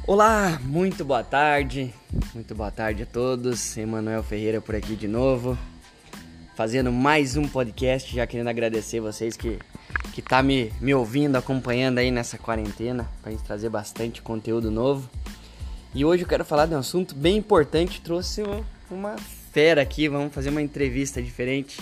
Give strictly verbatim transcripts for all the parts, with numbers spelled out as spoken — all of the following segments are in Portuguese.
Olá, muito boa tarde, muito boa tarde a todos, Emanuel Ferreira por aqui de novo, fazendo mais um podcast, já querendo agradecer vocês que que tá me, me ouvindo, acompanhando aí nessa quarentena, pra gente trazer bastante conteúdo novo. E hoje eu quero falar de um assunto bem importante, trouxe uma fera aqui, vamos fazer uma entrevista diferente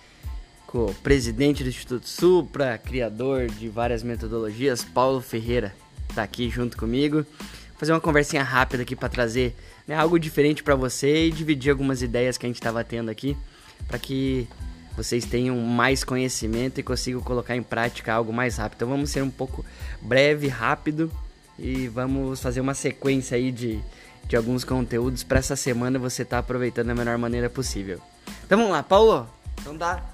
com o presidente do Instituto Supra, criador de várias metodologias, Paulo Ferreira, tá aqui junto comigo. Fazer uma conversinha rápida aqui para trazer, né, algo diferente para você e dividir algumas ideias que a gente estava tendo aqui, para que vocês tenham mais conhecimento e consigam colocar em prática algo mais rápido. Então vamos ser um pouco breve, rápido e vamos fazer uma sequência aí de, de alguns conteúdos para essa semana você estar tá aproveitando da melhor maneira possível. Então vamos lá, Paulo, então dá.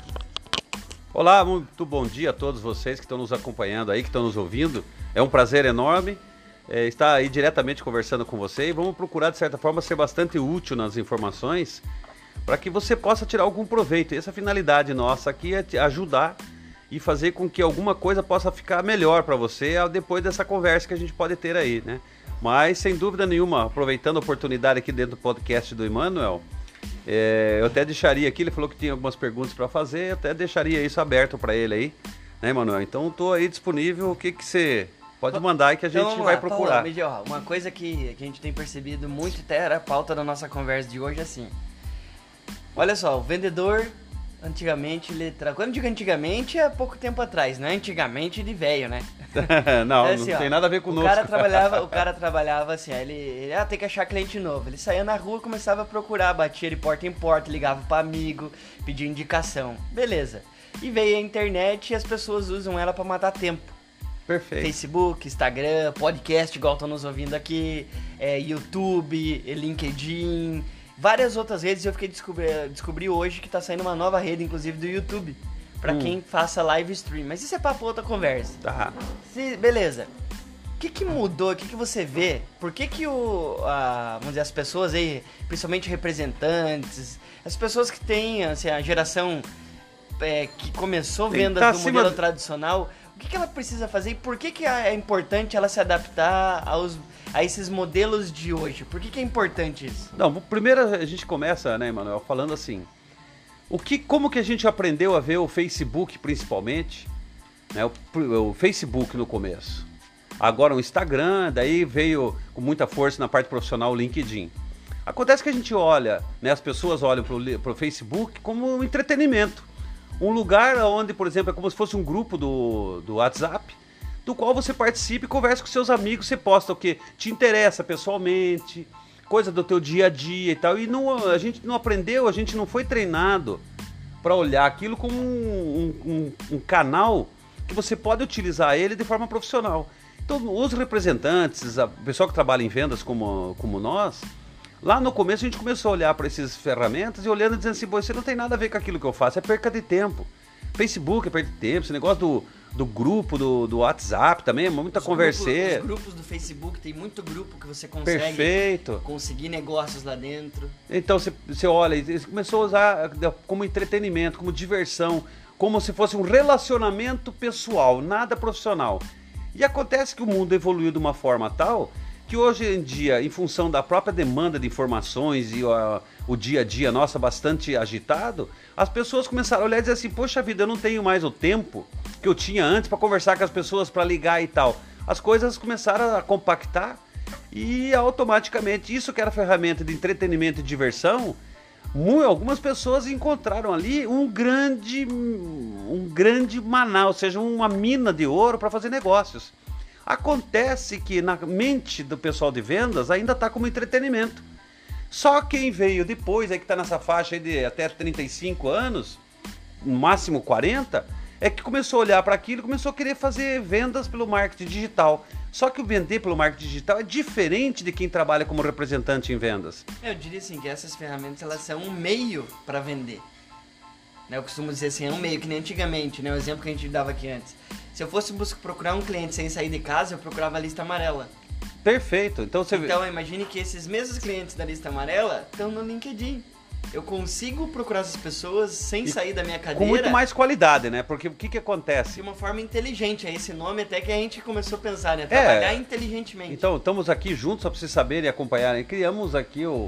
Olá, muito bom dia a todos vocês que estão nos acompanhando aí, que estão nos ouvindo. É um prazer enorme é, estar aí diretamente conversando com você e vamos procurar, de certa forma, ser bastante útil nas informações para que você possa tirar algum proveito. E essa finalidade nossa aqui é te ajudar e fazer com que alguma coisa possa ficar melhor para você depois dessa conversa que a gente pode ter aí, né? Mas, sem dúvida nenhuma, aproveitando a oportunidade aqui dentro do podcast do Emanuel, é, eu até deixaria aqui, ele falou que tinha algumas perguntas para fazer, eu até deixaria isso aberto para ele aí, né, Emanuel? Então, estou aí disponível, o que que você pode mandar aí que a gente então, vai lá, procurar. Paulo, uma coisa que, que a gente tem percebido muito, até era a pauta da nossa conversa de hoje, assim. Olha só, o vendedor, antigamente, ele tra... quando eu digo antigamente, é pouco tempo atrás, não é antigamente de velho, né? não, então, assim, não ó, tem nada a ver conosco. O cara trabalhava, o cara trabalhava assim, ele, ele ah, tem que achar cliente novo. Ele saía na rua, começava a procurar, batia de porta em porta, ligava para amigo, pedia indicação. Beleza. E veio a internet e as pessoas usam ela para matar tempo. Perfeito. Facebook, Instagram, podcast, igual estão nos ouvindo aqui, é, YouTube, LinkedIn, várias outras redes. Eu fiquei descobri, descobri hoje que tá saindo uma nova rede, inclusive do YouTube, para hum. quem faça live stream. Mas isso é papo outra conversa. Tá. Se, beleza. O que que mudou? O que que você vê? Por que que o, a, vamos dizer, as pessoas aí, principalmente representantes, as pessoas que têm assim, a geração é, que começou vendas tá do modelo de... tradicional, o que que ela precisa fazer e por que que é importante ela se adaptar aos, a esses modelos de hoje? Por que que é importante isso? Não, primeiro a gente começa, né, Emanuel, falando assim, o que, como que a gente aprendeu a ver o Facebook principalmente, né, o, o Facebook no começo, agora o Instagram, daí veio com muita força na parte profissional o LinkedIn. Acontece que a gente olha, né, as pessoas olham para o Facebook como um entretenimento. Um lugar onde, por exemplo, é como se fosse um grupo do, do WhatsApp, do qual você participa e conversa com seus amigos, você posta o que te interessa pessoalmente, coisa do teu dia a dia e tal. E não, a gente não aprendeu, a gente não foi treinado para olhar aquilo como um, um, um canal que você pode utilizar ele de forma profissional. Então, os representantes, o pessoal que trabalha em vendas como, como nós, lá no começo a gente começou a olhar para essas ferramentas e olhando e dizendo assim, você não tem nada a ver com aquilo que eu faço, é perca de tempo. Facebook é perda de tempo, esse negócio do, do grupo, do, do WhatsApp também, é muita conversa. Os grupos do Facebook, tem muito grupo que você consegue Perfeito. conseguir negócios lá dentro. Então você, você olha, você começou a usar como entretenimento, como diversão, como se fosse um relacionamento pessoal, nada profissional. E acontece que o mundo evoluiu de uma forma tal que hoje em dia, em função da própria demanda de informações e uh, o dia a dia nossa bastante agitado, as pessoas começaram a olhar e dizer assim, poxa vida, eu não tenho mais o tempo que eu tinha antes para conversar com as pessoas, para ligar e tal. As coisas começaram a compactar e automaticamente isso que era ferramenta de entretenimento e diversão, algumas pessoas encontraram ali um grande, um grande Manaus, ou seja, uma mina de ouro para fazer negócios. Acontece que na mente do pessoal de vendas ainda está como entretenimento. Só quem veio depois, aí que está nessa faixa aí de até trinta e cinco anos, no máximo quarenta, é que começou a olhar para aquilo e começou a querer fazer vendas pelo marketing digital. Só que o vender pelo marketing digital é diferente de quem trabalha como representante em vendas. Eu diria assim que essas ferramentas elas são um meio para vender. Eu costumo dizer assim, é um meio que nem antigamente, né? O exemplo que a gente dava aqui antes. Se eu fosse buscar, procurar um cliente sem sair de casa, eu procurava a lista amarela. Perfeito. Então, você então imagine que esses mesmos clientes da lista amarela estão no LinkedIn. eu consigo procurar essas pessoas sem e sair da minha cadeira. Com muito mais qualidade, né? Porque o que que acontece? De uma forma inteligente, é esse nome até que a gente começou a pensar, né? Trabalhar é. inteligentemente. Então, estamos aqui juntos, só para vocês saberem e acompanharem. Criamos aqui o,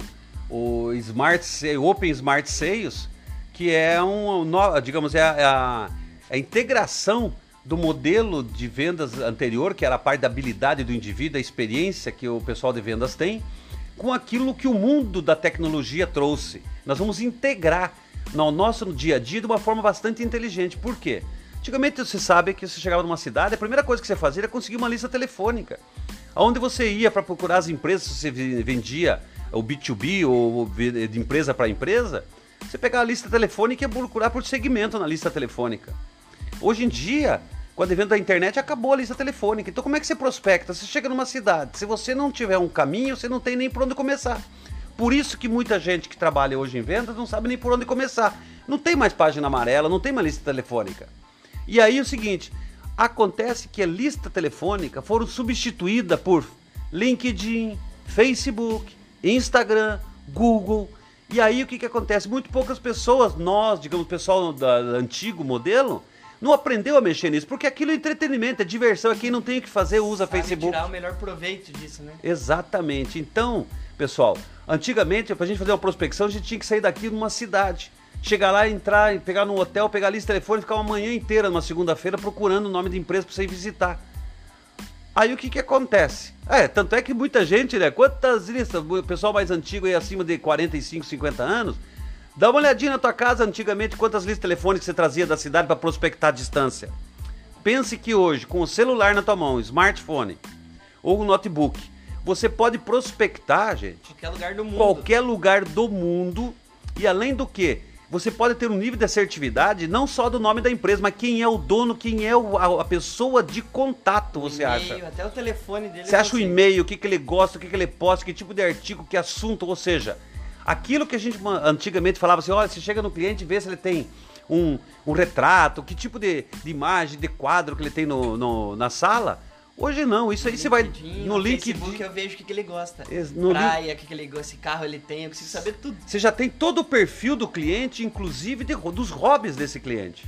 o Smart o Open Smart Sales, que é um, digamos, é a, é a, a integração do modelo de vendas anterior, que era a parte da habilidade do indivíduo, a experiência que o pessoal de vendas tem, com aquilo que o mundo da tecnologia trouxe. Nós vamos integrar no nosso dia a dia de uma forma bastante inteligente. Por quê? Antigamente você sabe que você chegava numa cidade, a primeira coisa que você fazia era conseguir uma lista telefônica. Onde você ia para procurar as empresas, se você vendia o B dois B ou de empresa para empresa, você pegava a lista telefônica e ia procurar por segmento na lista telefônica. Hoje em dia, com o advento da internet, acabou a lista telefônica. Então como é que você prospecta? Você chega numa cidade, se você não tiver um caminho, você não tem nem por onde começar. Por isso que muita gente que trabalha hoje em vendas não sabe nem por onde começar. Não tem mais página amarela, não tem mais lista telefônica. E aí é o seguinte, acontece que a lista telefônica foram substituída por LinkedIn, Facebook, Instagram, Google. E aí o que que acontece? Muito poucas pessoas, nós, digamos, o pessoal do antigo modelo, não aprendeu a mexer nisso, porque aquilo é entretenimento, é diversão, é quem não tem o que fazer, usa Sabe Facebook. tirar o melhor proveito disso, né? Exatamente. Então, pessoal, antigamente, pra gente fazer uma prospecção, a gente tinha que sair daqui numa cidade, chegar lá, entrar, pegar num hotel, pegar a lista de telefone e ficar uma manhã inteira, numa segunda-feira, procurando o nome da empresa pra você ir visitar. Aí o que que acontece? É, tanto é que muita gente, né, quantas listas, o pessoal mais antigo aí, acima de quarenta e cinco, cinquenta anos, dá uma olhadinha na tua casa antigamente, quantas listas telefônicas você trazia da cidade para prospectar a distância. Pense que hoje, com o celular na tua mão, smartphone ou um notebook, você pode prospectar, gente, qualquer lugar do mundo. Qualquer lugar do mundo. E além do que, você pode ter um nível de assertividade não só do nome da empresa, mas quem é o dono, quem é o, a, a pessoa de contato, você acha? Até o telefone dele. Você acha o e-mail, o que, que ele gosta, o que, que ele posta, que tipo de artigo, que assunto, ou seja, aquilo que a gente antigamente falava assim, olha, você chega no cliente e vê se ele tem um, um retrato, que tipo de, de imagem, de quadro que ele tem no, no, na sala. Hoje não, isso aí você vai no LinkedIn. No Facebook eu vejo o que, que ele gosta. No Praia, o que, que ele gosta, esse carro ele tem, eu preciso saber tudo. Você já tem todo o perfil do cliente, inclusive de, dos hobbies desse cliente.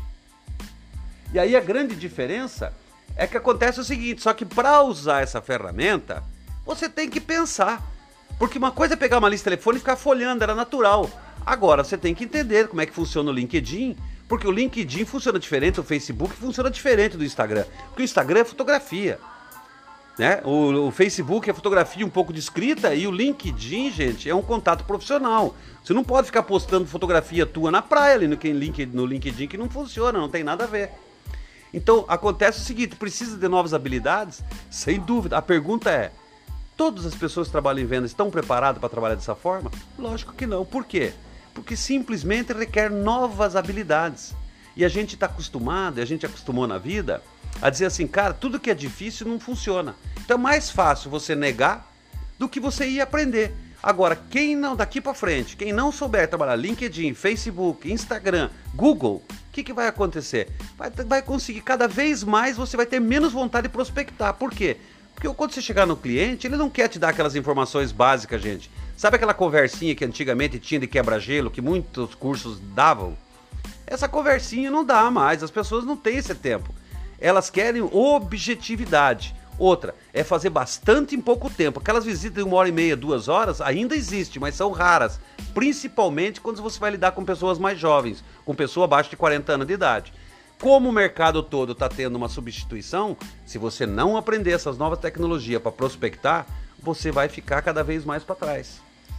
E aí a grande diferença é que acontece o seguinte, só que para usar essa ferramenta, você tem que pensar. Porque uma coisa é pegar uma lista de telefone e ficar folhando, era natural. Agora você tem que entender como é que funciona o LinkedIn, porque o LinkedIn funciona diferente, o Facebook funciona diferente do Instagram. Porque o Instagram é fotografia. Né? O, o Facebook é fotografia um pouco descrita e o LinkedIn, gente, é um contato profissional. Você não pode ficar postando fotografia tua na praia ali no, no LinkedIn, que não funciona, não tem nada a ver. Então acontece o seguinte, precisa de novas habilidades? Sem dúvida. A pergunta é, todas as pessoas que trabalham em vendas estão preparadas para trabalhar dessa forma? Lógico que não. Por quê? Porque simplesmente requer novas habilidades. E a gente está acostumado, a gente acostumou na vida a dizer assim, cara, tudo que é difícil não funciona. Então é mais fácil você negar do que você ir aprender. Agora, quem não, daqui para frente, quem não souber trabalhar LinkedIn, Facebook, Instagram, Google, o que, que vai acontecer? Vai, vai conseguir cada vez mais, você vai ter menos vontade de prospectar. Por quê? Porque quando você chegar no cliente, ele não quer te dar aquelas informações básicas, gente. Sabe aquela conversinha que antigamente tinha de quebra-gelo, que muitos cursos davam? Essa conversinha não dá mais, as pessoas não têm esse tempo. Elas querem objetividade. Outra, é fazer bastante em pouco tempo. Aquelas visitas de uma hora e meia, duas horas, ainda existe, mas são raras. Principalmente quando você vai lidar com pessoas mais jovens, com pessoas abaixo de quarenta anos de idade. Como o mercado todo está tendo uma substituição, se você não aprender essas novas tecnologias para prospectar, você vai ficar cada vez mais para trás.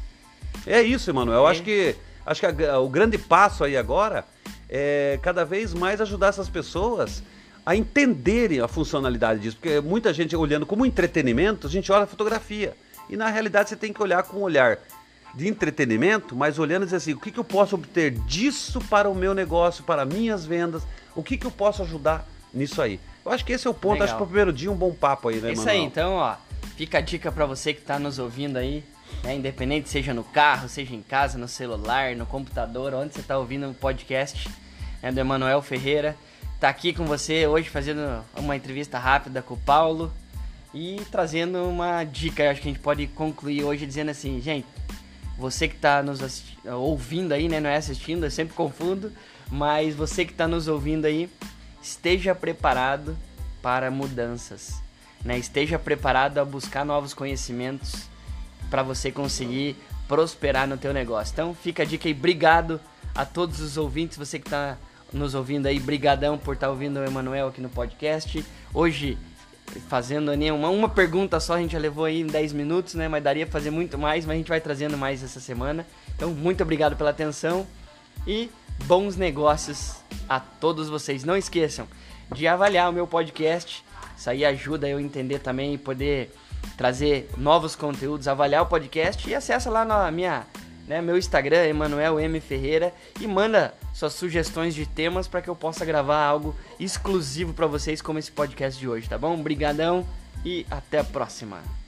É isso, Emanuel. Eu acho que, acho que a, o grande passo aí agora é cada vez mais ajudar essas pessoas a entenderem a funcionalidade disso, porque muita gente olhando como entretenimento, a gente olha a fotografia, e na realidade você tem que olhar com um olhar de entretenimento, mas olhando e dizer assim, o que, que eu posso obter disso para o meu negócio, para minhas vendas, o que, que eu posso ajudar nisso aí. Eu acho que esse é o ponto. Legal. Acho que para o primeiro dia um bom papo aí, né, Isso Emanuel? aí, então, ó, fica a dica para você que está nos ouvindo aí, né, independente seja no carro, seja em casa, no celular, no computador, onde você está ouvindo o podcast, né, do Emanuel Ferreira. Tá aqui com você hoje fazendo uma entrevista rápida com o Paulo e trazendo uma dica. Acho que a gente pode concluir hoje dizendo assim, gente, você que está nos assisti- ouvindo aí, né? Não é assistindo, eu sempre confundo, mas você que está nos ouvindo aí, esteja preparado para mudanças, né? Esteja preparado a buscar novos conhecimentos para você conseguir prosperar no teu negócio. Então fica a dica aí, obrigado a todos os ouvintes, você que está nos ouvindo aí, brigadão por estar ouvindo o Emanuel aqui no podcast. Hoje, fazendo uma, uma pergunta só, a gente já levou aí em dez minutos, né? Mas daria pra fazer muito mais, mas a gente vai trazendo mais essa semana. Então, muito obrigado pela atenção e bons negócios a todos vocês. Não esqueçam de avaliar o meu podcast, isso aí ajuda eu a entender também e poder trazer novos conteúdos, avaliar o podcast e acessa lá na minha... Né, meu Instagram, Emanuel M. Ferreira, e manda suas sugestões de temas para que eu possa gravar algo exclusivo para vocês como esse podcast de hoje, tá bom? Obrigadão e até a próxima.